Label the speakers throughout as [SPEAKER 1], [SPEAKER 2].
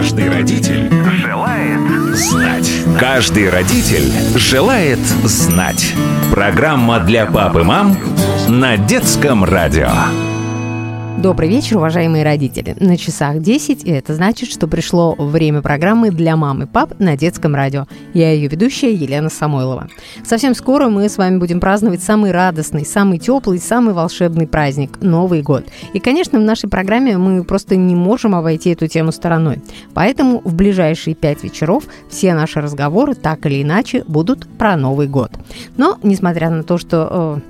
[SPEAKER 1] Каждый родитель желает знать. Каждый родитель желает знать. Программа для пап и мам на Детском радио.
[SPEAKER 2] Добрый вечер, уважаемые родители. На часах 10, и это значит, что пришло время программы для мам и пап на Детском радио. Я ее ведущая Елена Самойлова. Совсем скоро мы с вами будем праздновать самый радостный, самый теплый, самый волшебный праздник – Новый год. И, конечно, в нашей программе мы просто не можем обойти эту тему стороной. Поэтому в ближайшие 5 вечеров все наши разговоры так или иначе будут про Новый год. Но, несмотря на то, что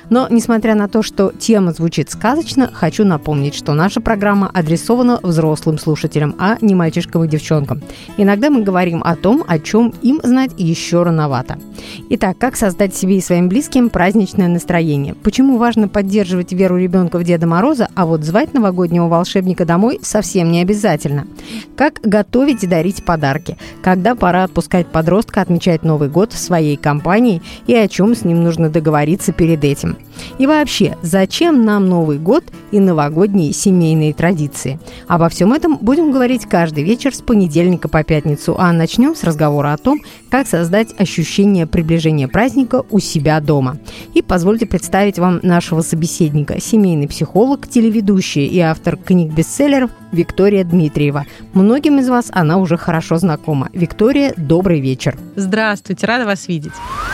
[SPEAKER 2] тема звучит сказочно, хочу напомнить, что наша программа адресована взрослым слушателям, а не мальчишкам и девчонкам. Иногда мы говорим о том, о чем им знать еще рановато. Итак, как создать себе и своим близким праздничное настроение? Почему важно поддерживать веру ребенка в Деда Мороза, а вот звать новогоднего волшебника домой совсем не обязательно? Как готовить и дарить подарки? Когда пора отпускать подростка отмечать Новый год в своей компании и о чем с ним нужно договориться перед этим? И вообще, зачем нам Новый год и новогодние семейные традиции? Обо всем этом будем говорить каждый вечер с понедельника по пятницу, а начнем с разговора о том, как создать ощущение приближения праздника у себя дома. И позвольте представить вам нашего собеседника, семейный психолог, телеведущая и автор книг-бестселлеров Виктория Дмитриева. Многим из вас она уже хорошо знакома. Виктория, добрый вечер.
[SPEAKER 3] Здравствуйте, рада вас видеть.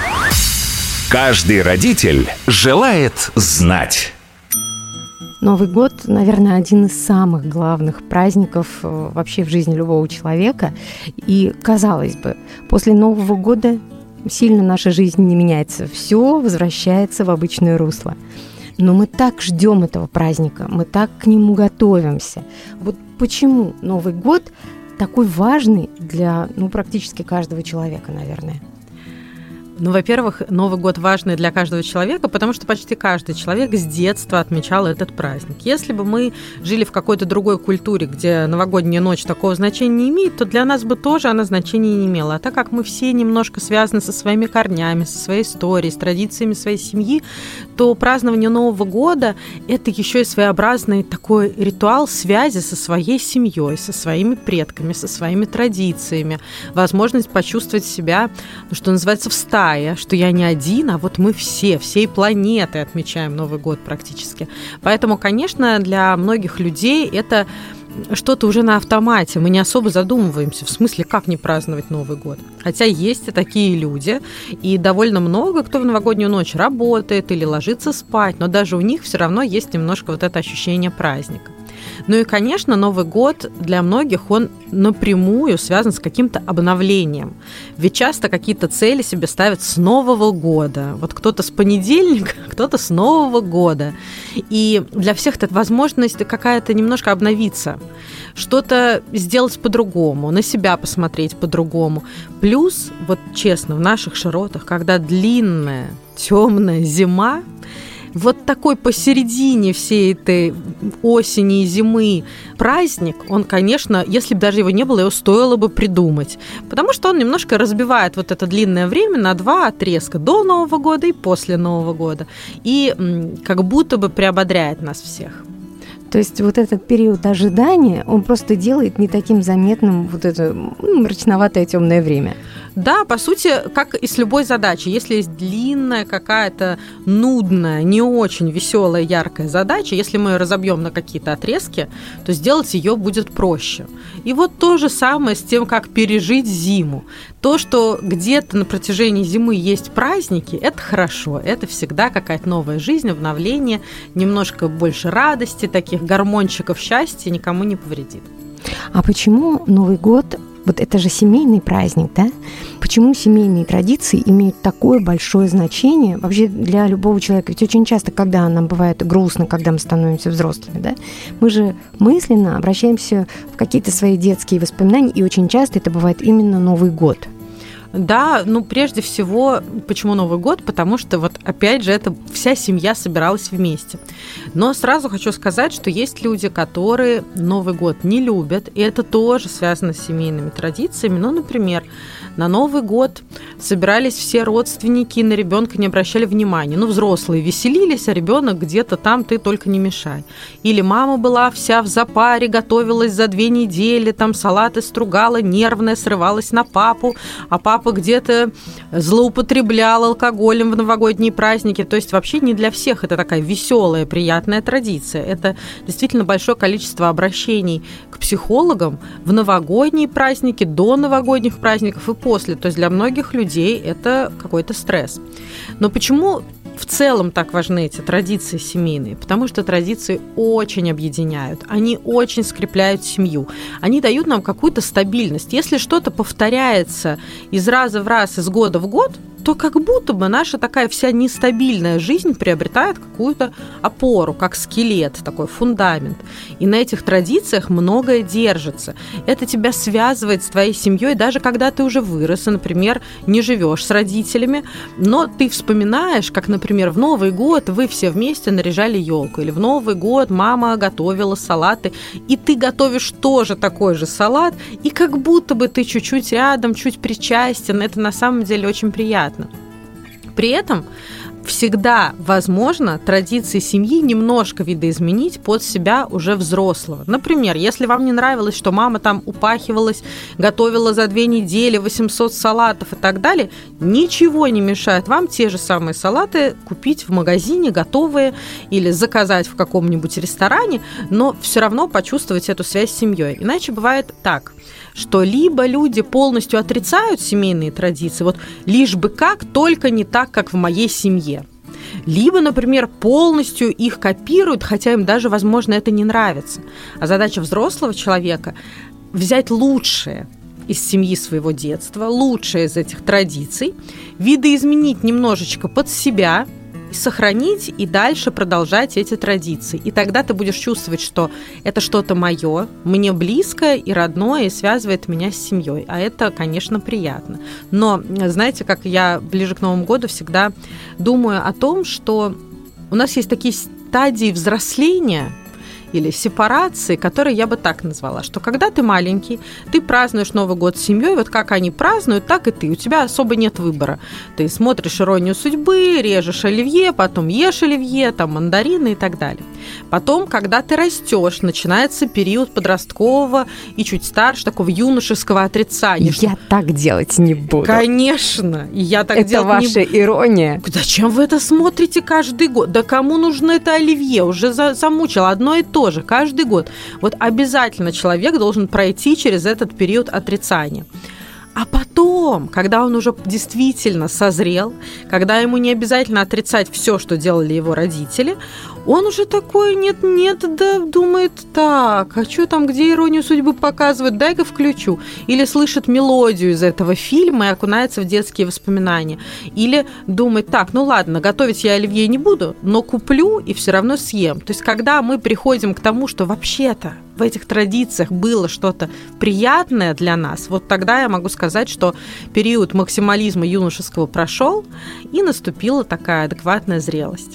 [SPEAKER 1] Каждый родитель желает знать.
[SPEAKER 2] Новый год, наверное, один из самых главных праздников вообще в жизни любого человека. И, казалось бы, после Нового года сильно наша жизнь не меняется. Все возвращается в обычное русло. Но мы так ждем этого праздника, мы так к нему готовимся. Вот почему Новый год такой важный для практически каждого человека, наверное?
[SPEAKER 3] Во-первых, Новый год важный для каждого человека, потому что почти каждый человек с детства отмечал этот праздник. Если бы мы жили в какой-то другой культуре, где новогодняя ночь такого значения не имеет, то для нас бы тоже она значения не имела. А так как мы все немножко связаны со своими корнями, со своей историей, с традициями своей семьи, то празднование Нового года – это еще и своеобразный такой ритуал связи со своей семьей, со своими предками, со своими традициями, возможность почувствовать себя, что называется, в стае, что я не один, а вот мы всей планетой отмечаем Новый год практически. Поэтому, конечно, для многих людей это что-то уже на автомате. Мы не особо задумываемся, в смысле, как не праздновать Новый год. Хотя есть и такие люди, и довольно много кто в новогоднюю ночь работает или ложится спать, но даже у них все равно есть немножко вот это ощущение праздника. Ну и, конечно, Новый год для многих, он напрямую связан с каким-то обновлением. Ведь часто какие-то цели себе ставят с Нового года. Вот кто-то с понедельника, кто-то с Нового года. И для всех это возможность какая-то немножко обновиться, что-то сделать по-другому, на себя посмотреть по-другому. Плюс, вот честно, в наших широтах, когда длинная, темная зима, вот такой посередине всей этой осени и зимы праздник, он, конечно, если бы даже его не было, его стоило бы придумать. Потому что он немножко разбивает вот это длинное время на два отрезка: до Нового года и после Нового года. И как будто бы приободряет нас всех.
[SPEAKER 2] То есть вот этот период ожидания, он просто делает не таким заметным вот это мрачноватое темное время.
[SPEAKER 3] Да, по сути, как и с любой задачей. Если есть длинная какая-то нудная, не очень веселая, яркая задача, если мы ее разобьем на какие-то отрезки, то сделать ее будет проще. И вот то же самое с тем, как пережить зиму. То, что где-то на протяжении зимы есть праздники, это хорошо. Это всегда какая-то новая жизнь, обновление, немножко больше радости, таких гормончиков счастья никому не повредит.
[SPEAKER 2] А почему Новый год, вот это же семейный праздник, да? Почему семейные традиции имеют такое большое значение вообще для любого человека? Ведь очень часто, когда нам бывает грустно, когда мы становимся взрослыми, да, мы же мысленно обращаемся в какие-то свои детские воспоминания, и очень часто это бывает именно Новый год.
[SPEAKER 3] Да, прежде всего, почему Новый год? Потому что, опять же, это вся семья собиралась вместе. Но сразу хочу сказать, что есть люди, которые Новый год не любят, и это тоже связано с семейными традициями. Например, на Новый год собирались все родственники, на ребенка не обращали внимания. Взрослые веселились, а ребенок где-то там, ты только не мешай. Или мама была вся в запаре, готовилась за 2 недели, там салаты стругала, нервная, срывалась на папу, а папа где-то злоупотреблял алкоголем в новогодние праздники. То есть вообще не для всех это такая веселая, приятная традиция. Это действительно большое количество обращений к психологам в новогодние праздники, до новогодних праздников и после. То есть для многих людей это какой-то стресс. Но почему в целом так важны эти традиции семейные? Потому что традиции очень объединяют, они очень скрепляют семью, они дают нам какую-то стабильность. Если что-то повторяется из раза в раз, из года в год, то как будто бы наша такая вся нестабильная жизнь приобретает какую-то опору, как скелет, такой фундамент. И на этих традициях многое держится. Это тебя связывает с твоей семьей, даже когда ты уже вырос, и, например, не живешь с родителями, но ты вспоминаешь, как, например, в Новый год вы все вместе наряжали елку, или в Новый год мама готовила салаты, и ты готовишь тоже такой же салат, и как будто бы ты чуть-чуть рядом, чуть причастен. Это на самом деле очень приятно. При этом всегда возможно традиции семьи немножко видоизменить под себя уже взрослого. Например, если вам не нравилось, что мама там упахивалась, готовила за 2 недели 800 салатов и так далее, ничего не мешает вам те же самые салаты купить в магазине готовые или заказать в каком-нибудь ресторане, но все равно почувствовать эту связь с семьей. Иначе бывает так, что либо люди полностью отрицают семейные традиции, лишь бы как, только не так, как в моей семье. Либо, например, полностью их копируют, хотя им даже, возможно, это не нравится. А задача взрослого человека – взять лучшее из семьи своего детства, лучшее из этих традиций, видоизменить немножечко под себя, сохранить и дальше продолжать эти традиции. И тогда ты будешь чувствовать, что это что-то мое, мне близкое и родное, и связывает меня с семьей. А это, конечно, приятно. Но, знаете, как я ближе к Новому году всегда думаю о том, что у нас есть такие стадии взросления или сепарации, которые я бы так назвала, что когда ты маленький, ты празднуешь Новый год с семьей, как они празднуют, так и ты. У тебя особо нет выбора. Ты смотришь «Иронию судьбы», режешь оливье, потом ешь оливье, мандарины и так далее. Потом, когда ты растешь, начинается период подросткового и чуть старше, такого юношеского отрицания.
[SPEAKER 2] Я так делать не буду.
[SPEAKER 3] Конечно, я так делать не буду.
[SPEAKER 2] Это ваша ирония.
[SPEAKER 3] Зачем вы это смотрите каждый год? Да кому нужно это оливье? Уже замучил одно и то же каждый год. Обязательно человек должен пройти через этот период отрицания. А потом, когда он уже действительно созрел, когда ему не обязательно отрицать все, что делали его родители, он уже такой, нет-нет, да, думает, так, а что там, где «Иронию судьбы» показывают, дай-ка включу. Или слышит мелодию из этого фильма и окунается в детские воспоминания. Или думает, так, ладно, готовить я оливье не буду, но куплю и все равно съем. То есть, когда мы приходим к тому, что вообще-то в этих традициях было что-то приятное для нас, тогда я могу сказать, что период максимализма юношеского прошел, и наступила такая адекватная зрелость.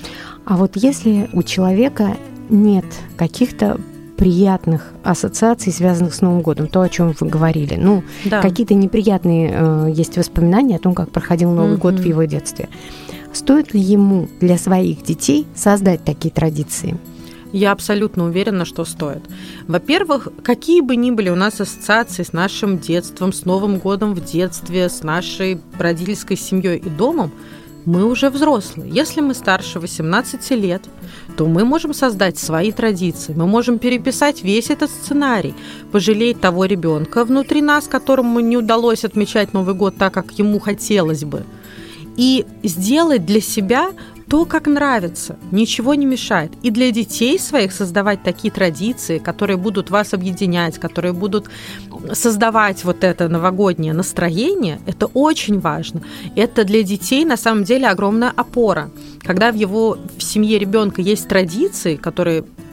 [SPEAKER 2] А если у человека нет каких-то приятных ассоциаций, связанных с Новым годом, то, о чем вы говорили, да. Какие-то неприятные есть воспоминания о том, как проходил Новый год в его детстве. Стоит ли ему для своих детей создать такие традиции?
[SPEAKER 3] Я абсолютно уверена, что стоит. Во-первых, какие бы ни были у нас ассоциации с нашим детством, с Новым годом в детстве, с нашей родительской семьей и домом, мы уже взрослые. Если мы старше 18 лет, то мы можем создать свои традиции, мы можем переписать весь этот сценарий, пожалеть того ребенка внутри нас, которому не удалось отмечать Новый год так, как ему хотелось бы, и сделать для себя то, как нравится, ничего не мешает. И для детей своих создавать такие традиции, которые будут вас объединять, которые будут создавать это новогоднее настроение, это очень важно. Это для детей на самом деле огромная опора. Когда в семье ребенка есть традиции, которые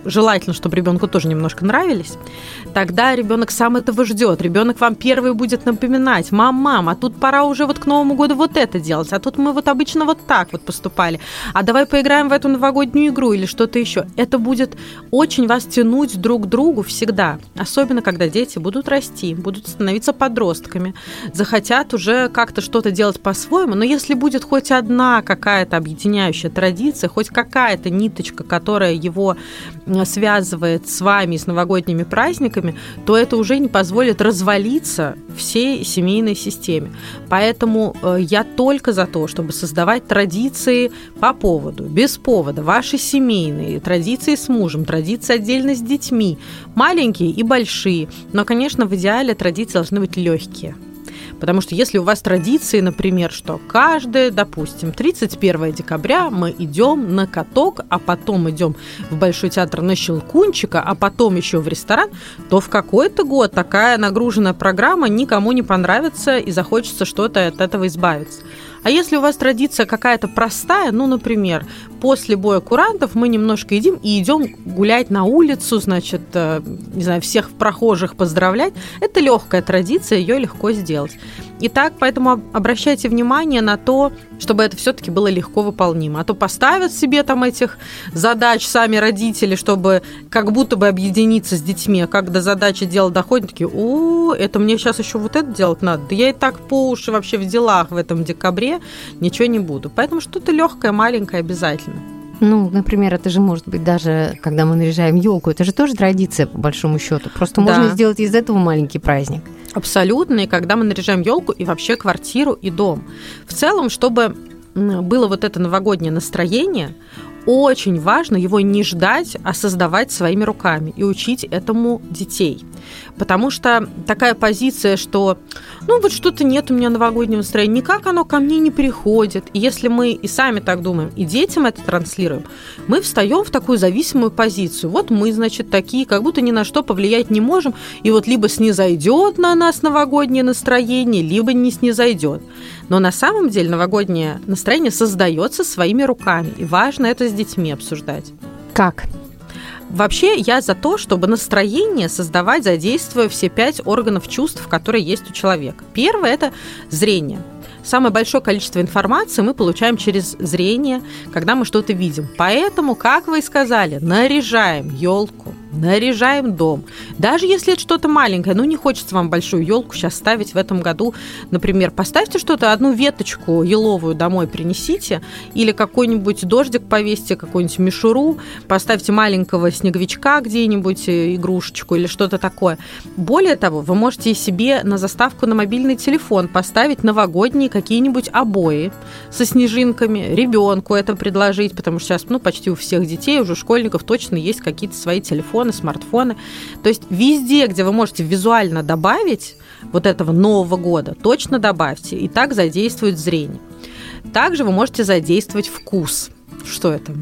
[SPEAKER 3] желательно, чтобы ребенку тоже немножко нравились, тогда ребенок сам этого ждет. Ребенок вам первый будет напоминать: мам, а тут пора уже вот к Новому году вот это делать, а тут мы вот обычно вот так вот поступали, а давай поиграем в эту новогоднюю игру или что-то еще. Это будет очень вас тянуть друг к другу всегда, особенно когда дети будут расти, будут становиться подростками, захотят уже как-то что-то делать по-своему, но если будет хоть одна какая-то объединяющая традиция, хоть какая-то ниточка, которая его связывает с вами, с новогодними праздниками, то это уже не позволит развалиться всей семейной системе. Поэтому я только за то, чтобы создавать традиции по поводу, без повода, ваши семейные, традиции с мужем, традиции отдельно с детьми, маленькие и большие. Но, конечно, в идеале традиции должны быть легкие. Потому что если у вас традиции, например, что каждое, допустим, 31 декабря мы идем на каток, а потом идем в Большой театр на Щелкунчика, а потом еще в ресторан, то в какой-то год такая нагруженная программа никому не понравится и захочется что-то от этого избавиться. А если у вас традиция какая-то простая, ну, например, после боя курантов мы немножко едим и идем гулять на улицу, значит, не знаю, всех прохожих поздравлять, это легкая традиция, ее легко сделать. Итак, поэтому обращайте внимание на то, чтобы это все-таки было легко выполнимо. А то поставят себе там этих задач сами родители, чтобы как будто бы объединиться с детьми, а когда задача дело доходит, такие: это мне сейчас еще вот это делать надо, да я и так по уши вообще в делах в этом декабре, ничего не буду. Поэтому что-то легкое, маленькое обязательно.
[SPEAKER 2] Ну, например, это же может быть даже, когда мы наряжаем елку, это же тоже традиция, по большому счету. Просто можно сделать из этого маленький праздник.
[SPEAKER 3] Абсолютно. И когда мы наряжаем елку и вообще квартиру и дом. В целом, чтобы было вот это новогоднее настроение, очень важно его не ждать, а создавать своими руками и учить этому детей. Потому что такая позиция, что вот что-то нет у меня новогоднего настроения, никак оно ко мне не приходит. И если мы и сами так думаем, и детям это транслируем, мы встаем в такую зависимую позицию. Вот мы, значит, такие, как будто ни на что повлиять не можем, и вот либо снизойдет на нас новогоднее настроение, либо не снизойдет. Но на самом деле новогоднее настроение создается своими руками, и важно это с детьми обсуждать.
[SPEAKER 2] Как?
[SPEAKER 3] Вообще, я за то, чтобы настроение создавать, задействуя все 5 органов чувств, которые есть у человека. Первое – это зрение. Самое большое количество информации мы получаем через зрение, когда мы что-то видим. Поэтому, как вы и сказали, наряжаем елку, наряжаем дом. Даже если это что-то маленькое, не хочется вам большую елку сейчас ставить в этом году. Например, поставьте что-то, одну веточку еловую домой принесите, или какой-нибудь дождик повесьте, какую-нибудь мишуру, поставьте маленького снеговичка где-нибудь, игрушечку или что-то такое. Более того, вы можете себе на заставку на мобильный телефон поставить новогодние какие-нибудь обои со снежинками, ребенку это предложить, потому что сейчас почти у всех детей, уже школьников точно есть какие-то свои телефоны, смартфоны. То есть везде, где вы можете визуально добавить вот этого Нового года, точно добавьте, и так задействует зрение. Также вы можете задействовать вкус. Что это?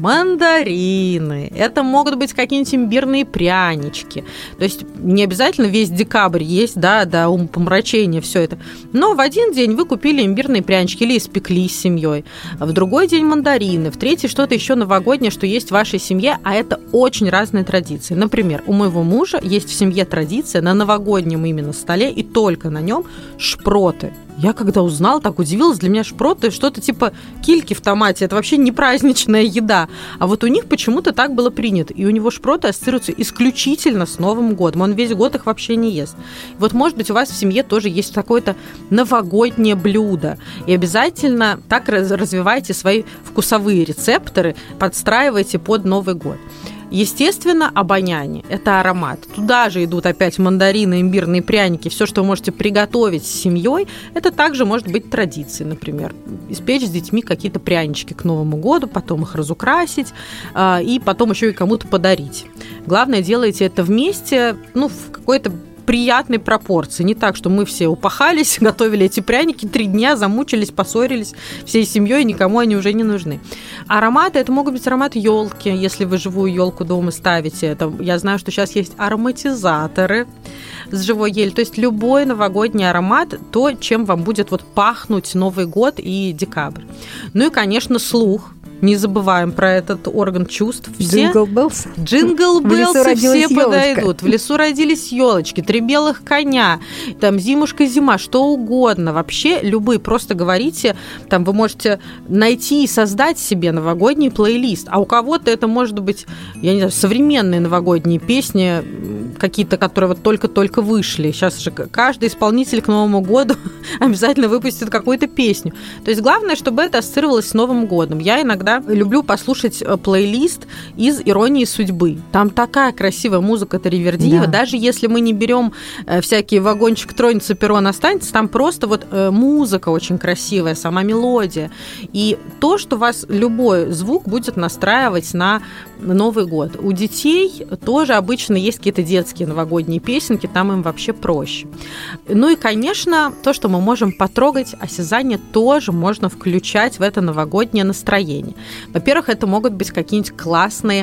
[SPEAKER 3] Мандарины. Это могут быть какие-нибудь имбирные прянички. То есть не обязательно весь декабрь есть, до умопомрачения все это. Но в один день вы купили имбирные прянички или испекли с семьей. В другой день мандарины. В третий что-то еще новогоднее, что есть в вашей семье. А это очень разные традиции. Например, у моего мужа есть в семье традиция на новогоднем именно столе и только на нем шпроты. Я когда узнала, так удивилась, для меня шпроты что-то типа кильки в томате, это вообще не праздничная еда. А вот у них почему-то так было принято. И у него шпроты ассоциируются исключительно с Новым годом. Он весь год их вообще не ест. Вот, может быть, у вас в семье тоже есть какое-то новогоднее блюдо. И обязательно так развивайте свои вкусовые рецепторы, подстраивайте под Новый год. Естественно, обоняние – это аромат. Туда же идут опять мандарины, имбирные пряники, все, что вы можете приготовить с семьей. Это также может быть традицией, например, испечь с детьми какие-то прянички к Новому году, потом их разукрасить и потом еще и кому-то подарить. Главное, делайте это вместе, в какой-то приятной пропорции. Не так, что мы все упахались, готовили эти пряники 3 дня, замучились, поссорились всей семьей, никому они уже не нужны. Ароматы, это могут быть ароматы елки, если вы живую елку дома ставите. Это, я знаю, что сейчас есть ароматизаторы с живой ели. То есть любой новогодний аромат, то, чем вам будет пахнуть Новый год и декабрь. Ну и, конечно, слух. Не забываем про этот орган чувств.
[SPEAKER 2] Джингл Беллс.
[SPEAKER 3] Джингл Беллсы все подойдут. В лесу родились елочки, 3 белых коня, там зимушка, зима, что угодно. Вообще любые, просто говорите, там вы можете найти и создать себе новогодний плейлист. А у кого-то это может быть, я не знаю, современные новогодние песни, какие-то, которые вот только-только вышли. Сейчас же каждый исполнитель к Новому году обязательно выпустит какую-то песню. То есть главное, чтобы это ассоциировалось с Новым годом. Я иногда люблю послушать плейлист из «Иронии судьбы». Там такая красивая музыка Таривердиева. Да. Даже если мы не берем всякие «Вагончик тронется, перрон останется», там просто вот музыка очень красивая, сама мелодия. И то, что вас любой звук будет настраивать на Новый год. У детей тоже обычно есть какие-то детские новогодние песенки, там им вообще проще. Ну и, конечно, то, что мы можем потрогать, осязание тоже можно включать в это новогоднее настроение. Во-первых, это могут быть какие-нибудь классные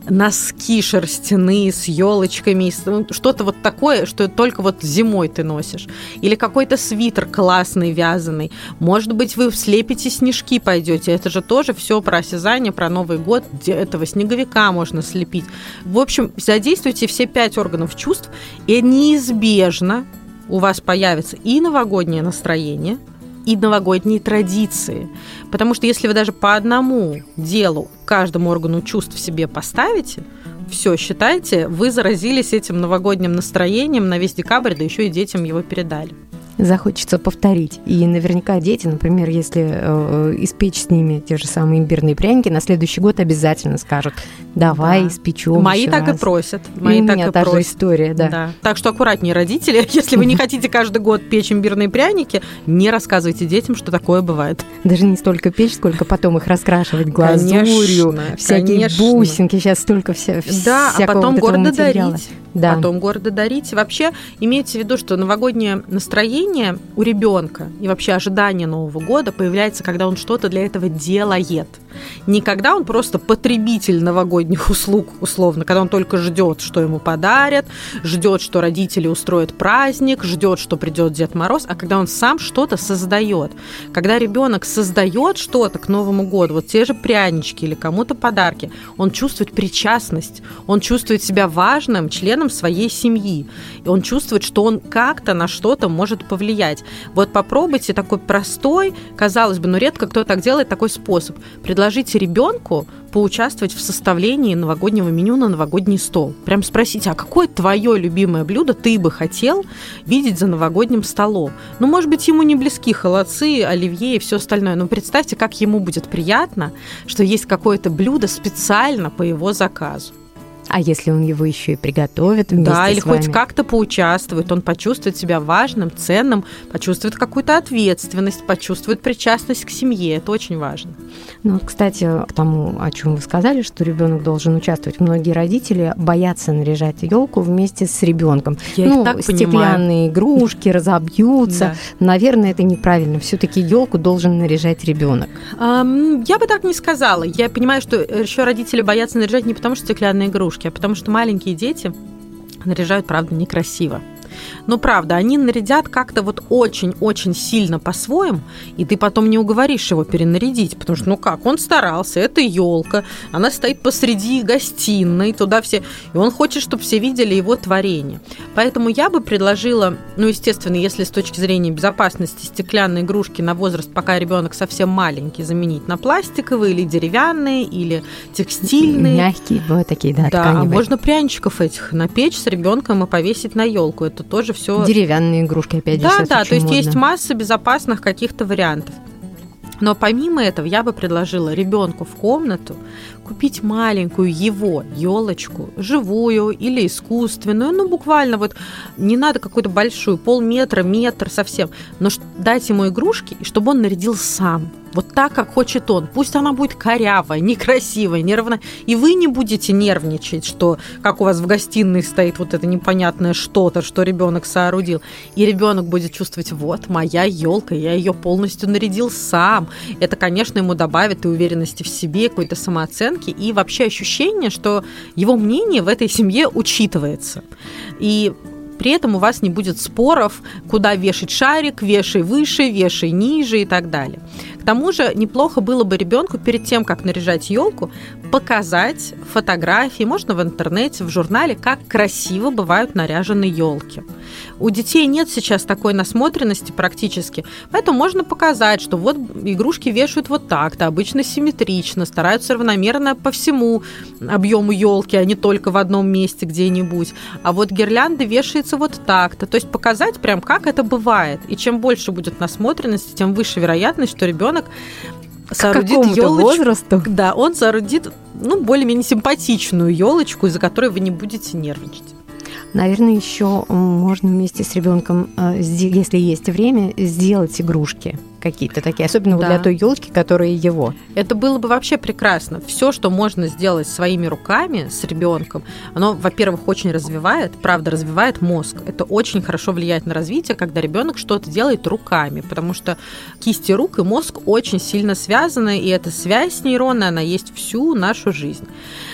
[SPEAKER 3] носки шерстяные с елочками, что-то вот такое, что только вот зимой ты носишь. Или какой-то свитер классный, вязаный. Может быть, вы слепите снежки, пойдете. Это же тоже все про осязание, про Новый год. Этого снеговика можно слепить. В общем, задействуйте все 5 органов чувств, и неизбежно у вас появится и новогоднее настроение, и новогодние традиции. Потому что если вы даже по одному делу каждому органу чувств в себе поставите, все, считайте, вы заразились этим новогодним настроением на весь декабрь, да еще и детям его передали.
[SPEAKER 2] Захочется повторить. И наверняка дети, например, если испечь с ними те же самые имбирные пряники, на следующий год обязательно скажут: давай испечем.
[SPEAKER 3] Мои так
[SPEAKER 2] раз.
[SPEAKER 3] И просят.
[SPEAKER 2] Мои у меня та же история, да.
[SPEAKER 3] Так что аккуратнее, родители. Если вы не хотите каждый год печь имбирные пряники, не рассказывайте детям, что такое бывает.
[SPEAKER 2] Даже не столько печь, сколько потом их раскрашивать глазурью, всякие бусинки. Сейчас столько всякого.
[SPEAKER 3] Да, а потом гордо дарить.
[SPEAKER 2] Да.
[SPEAKER 3] Потом гордо дарить. Вообще, имейте в виду, что новогоднее настроение у ребенка и вообще ожидание Нового года появляется, когда он что-то для этого делает. Не когда он просто потребитель новогодних услуг, условно, когда он только ждет, что ему подарят, ждет, что родители устроят праздник, ждет, что придет Дед Мороз, а когда он сам что-то создает. Когда ребенок создает что-то к Новому году, вот те же прянички или кому-то подарки, он чувствует причастность, он чувствует себя важным членом своей семьи, и он чувствует, что он как-то на что-то может повлиять. Вот попробуйте такой простой, казалось бы, но редко кто так делает, такой способ. Предложите ребенку поучаствовать в составлении новогоднего меню на новогодний стол. Прям спросите, а какое твое любимое блюдо ты бы хотел видеть за новогодним столом? Ну, может быть, ему не близки холодцы, оливье и все остальное, но представьте, как ему будет приятно, что есть какое-то блюдо специально по его заказу.
[SPEAKER 2] А если он его еще и приготовит вместе с вами?
[SPEAKER 3] Да, или хоть как-то поучаствует, он почувствует себя важным, ценным, почувствует какую-то ответственность, почувствует причастность к семье. Это очень важно.
[SPEAKER 2] Ну, кстати, к тому, о чем вы сказали, что ребенок должен участвовать. Многие родители боятся наряжать елку вместе с ребенком.
[SPEAKER 3] Я их так
[SPEAKER 2] стеклянные
[SPEAKER 3] понимаю.
[SPEAKER 2] Игрушки разобьются. Да. Наверное, это неправильно. Все-таки елку должен наряжать ребенок.
[SPEAKER 3] Я бы так не сказала. Я понимаю, что еще родители боятся наряжать не потому, что стеклянные игрушки, а потому что маленькие дети наряжают, правда, некрасиво. Но правда, они нарядят как-то вот очень-очень сильно по-своему, и ты потом не уговоришь его перенарядить, потому что, ну как, он старался, это елка, она стоит посреди гостиной, туда все, и он хочет, чтобы все видели его творение. Поэтому я бы предложила, ну, естественно, если с точки зрения безопасности стеклянные игрушки на возраст, пока ребенок совсем маленький, заменить на пластиковые или деревянные, или текстильные.
[SPEAKER 2] Мягкие, бывают такие, да,
[SPEAKER 3] да,
[SPEAKER 2] тканевые.
[SPEAKER 3] А можно пряничков этих напечь с ребенком и повесить на елку. Это тоже все.
[SPEAKER 2] Деревянные игрушки, опять же.
[SPEAKER 3] Да, то есть
[SPEAKER 2] модно.
[SPEAKER 3] Есть масса безопасных каких-то вариантов. Но помимо этого я бы предложила ребенку в комнату купить маленькую его елочку, живую или искусственную, ну буквально вот не надо какую-то большую, полметра, метр совсем, но дать ему игрушки, и чтобы он нарядил сам. Вот так, как хочет он. Пусть она будет корявая, некрасивая, неравна. И вы не будете нервничать, что как у вас в гостиной стоит вот это непонятное что-то, что ребенок соорудил. И ребенок будет чувствовать: вот моя елка, я ее полностью нарядил сам. Это, конечно, ему добавит и уверенности в себе, какой-то самооценки, и вообще ощущение, что его мнение в этой семье учитывается. И при этом у вас не будет споров, куда вешать шарик, вешай выше, вешай ниже и так далее. К тому же неплохо было бы ребенку перед тем, как наряжать елку, показать фотографии, можно в интернете, в журнале, как красиво бывают наряжены елки. У детей нет сейчас такой насмотренности практически, поэтому можно показать, что вот игрушки вешают вот так-то, обычно симметрично, стараются равномерно по всему объему елки, а не только в одном месте где-нибудь. А вот гирлянды вешаются вот так-то. То есть показать прям, как это бывает. И чем больше будет насмотренности, тем выше вероятность, что ребенок соорудит елочку.
[SPEAKER 2] Возрасту.
[SPEAKER 3] Да, он соорудит более-менее симпатичную елочку, из-за которой вы не будете нервничать.
[SPEAKER 2] Наверное, еще можно вместе с ребенком, если есть время, сделать игрушки какие-то такие, особенно для той елочки, которая его.
[SPEAKER 3] Это было бы вообще прекрасно. Все, что можно сделать своими руками с ребенком, оно, во-первых, очень развивает мозг. Это очень хорошо влияет на развитие, когда ребенок что-то делает руками, потому что кисти рук и мозг очень сильно связаны, и эта связь нейронная, она есть всю нашу жизнь.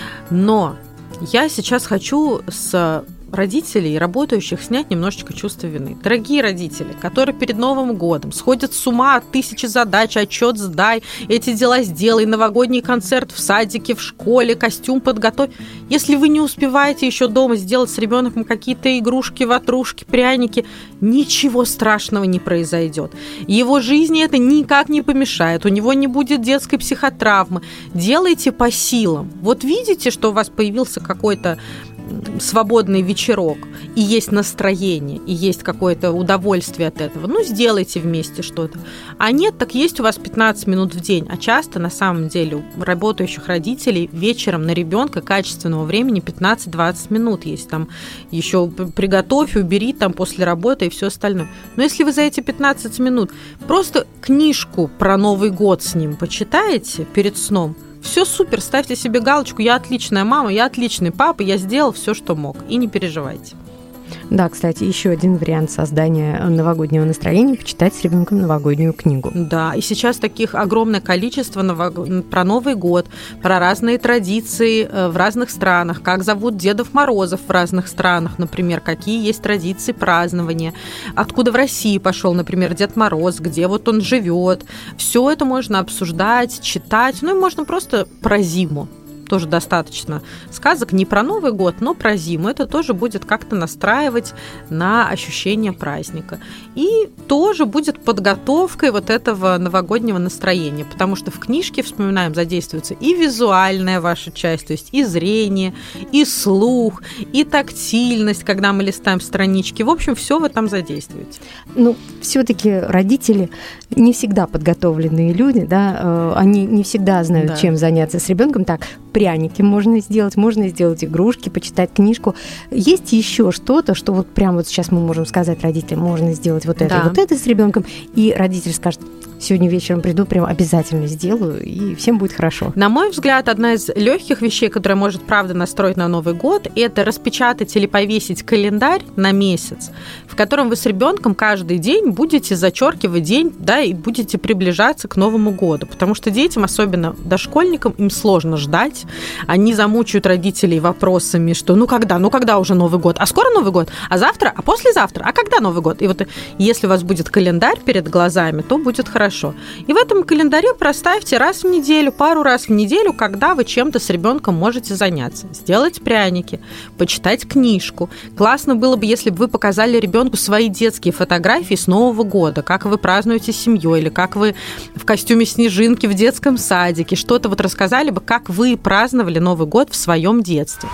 [SPEAKER 3] Но я сейчас хочу с родителей, работающих, снять немножечко чувство вины. Дорогие родители, которые перед Новым годом сходят с ума от 1000 задач, отчет сдай, эти дела сделай, новогодний концерт в садике, в школе, костюм подготовь. Если вы не успеваете еще дома сделать с ребенком какие-то игрушки, ватрушки, пряники, ничего страшного не произойдет. Его жизни это никак не помешает, у него не будет детской психотравмы. Делайте по силам. Вот видите, что у вас появился какой-то свободный вечерок, и есть настроение, и есть какое-то удовольствие от этого, сделайте вместе что-то. А нет, так есть у вас 15 минут в день. А часто, на самом деле, у работающих родителей вечером на ребенка качественного времени 15-20 минут есть. Там еще приготовь, убери там после работы и все остальное. Но если вы за эти 15 минут просто книжку про Новый год с ним почитаете перед сном, все супер, ставьте себе галочку, я отличная мама, я отличный папа, я сделал все, что мог, и не переживайте.
[SPEAKER 2] Да, кстати, еще один вариант создания новогоднего настроения – почитать с ребенком новогоднюю книгу.
[SPEAKER 3] Да, и сейчас таких огромное количество про Новый год, про разные традиции в разных странах, как зовут Дедов Морозов в разных странах, например, какие есть традиции празднования, откуда в России пошел, например, Дед Мороз, где вот он живет. Все это можно обсуждать, читать, и можно просто про зиму. Тоже достаточно сказок не про Новый год, но про зиму. Это тоже будет как-то настраивать на ощущение праздника. И тоже будет подготовкой вот этого новогоднего настроения, потому что в книжке, вспоминаем, задействуется и визуальная ваша часть, то есть и зрение, и слух, и тактильность, когда мы листаем странички. В общем, все вы там задействуете.
[SPEAKER 2] Все-таки родители не всегда подготовленные люди, да, они не всегда знают, чем заняться с ребенком. Так, пряники можно сделать игрушки, почитать книжку. Есть еще что-то, что вот прямо вот сейчас мы можем сказать родителям, можно сделать вот это с ребенком, и родитель скажет: сегодня вечером приду, прям обязательно сделаю, и всем будет хорошо.
[SPEAKER 3] На мой взгляд, одна из легких вещей, которая может, правда, настроить на Новый год, это распечатать или повесить календарь на месяц, в котором вы с ребенком каждый день будете зачеркивать день, да, и будете приближаться к Новому году, потому что детям, особенно дошкольникам, им сложно ждать. Они замучают родителей вопросами, что когда уже Новый год? А скоро Новый год? А завтра? А послезавтра? А когда Новый год? И вот если у вас будет календарь перед глазами, то будет хорошо. И в этом календаре проставьте раз в неделю, пару раз в неделю, когда вы чем-то с ребенком можете заняться. Сделать пряники, почитать книжку. Классно было бы, если бы вы показали ребенку свои детские фотографии с Нового года, как вы празднуете с семьей, или как вы в костюме снежинки в детском садике, что-то вот рассказали бы, как вы праздновали Новый год в своем детстве.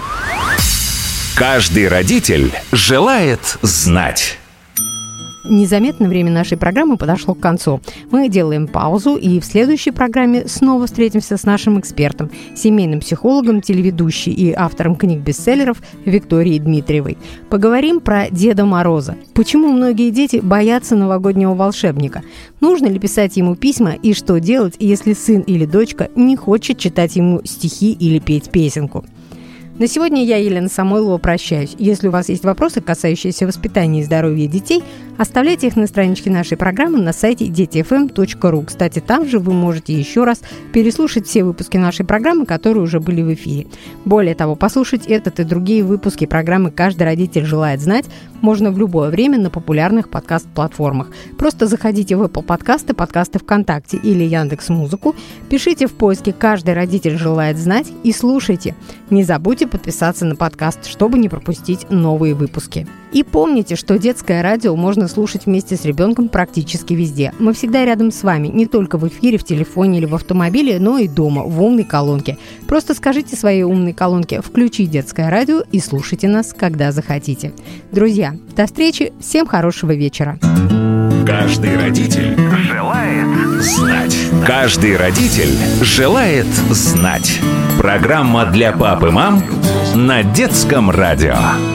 [SPEAKER 1] Каждый родитель желает знать.
[SPEAKER 2] Незаметно время нашей программы подошло к концу. Мы делаем паузу, и в следующей программе снова встретимся с нашим экспертом, семейным психологом, телеведущей и автором книг-бестселлеров Викторией Дмитриевой. Поговорим про Деда Мороза. Почему многие дети боятся новогоднего волшебника? Нужно ли писать ему письма, и что делать, если сын или дочка не хочет читать ему стихи или петь песенку? На сегодня я, Елена Самойлова, прощаюсь. Если у вас есть вопросы, касающиеся воспитания и здоровья детей, Оставляйте их на страничке нашей программы на сайте детифм.ру. Кстати, там же вы можете еще раз переслушать все выпуски нашей программы, которые уже были в эфире. Более того, послушать этот и другие выпуски программы «Каждый родитель желает знать» можно в любое время на популярных подкаст-платформах. Просто заходите в Apple подкасты, подкасты ВКонтакте или Яндекс.Музыку, пишите в поиске «Каждый родитель желает знать» и слушайте. Не забудьте подписаться на подкаст, чтобы не пропустить новые выпуски. И помните, что детское радио можно слушать вместе с ребенком практически везде. Мы всегда рядом с вами, не только в эфире, в телефоне или в автомобиле, но и дома, в умной колонке. Просто скажите своей умной колонке «Включи детское радио» и слушайте нас, когда захотите. Друзья, до встречи, всем хорошего вечера.
[SPEAKER 1] Каждый родитель желает знать. Каждый родитель желает знать. Программа для пап и мам на детском радио.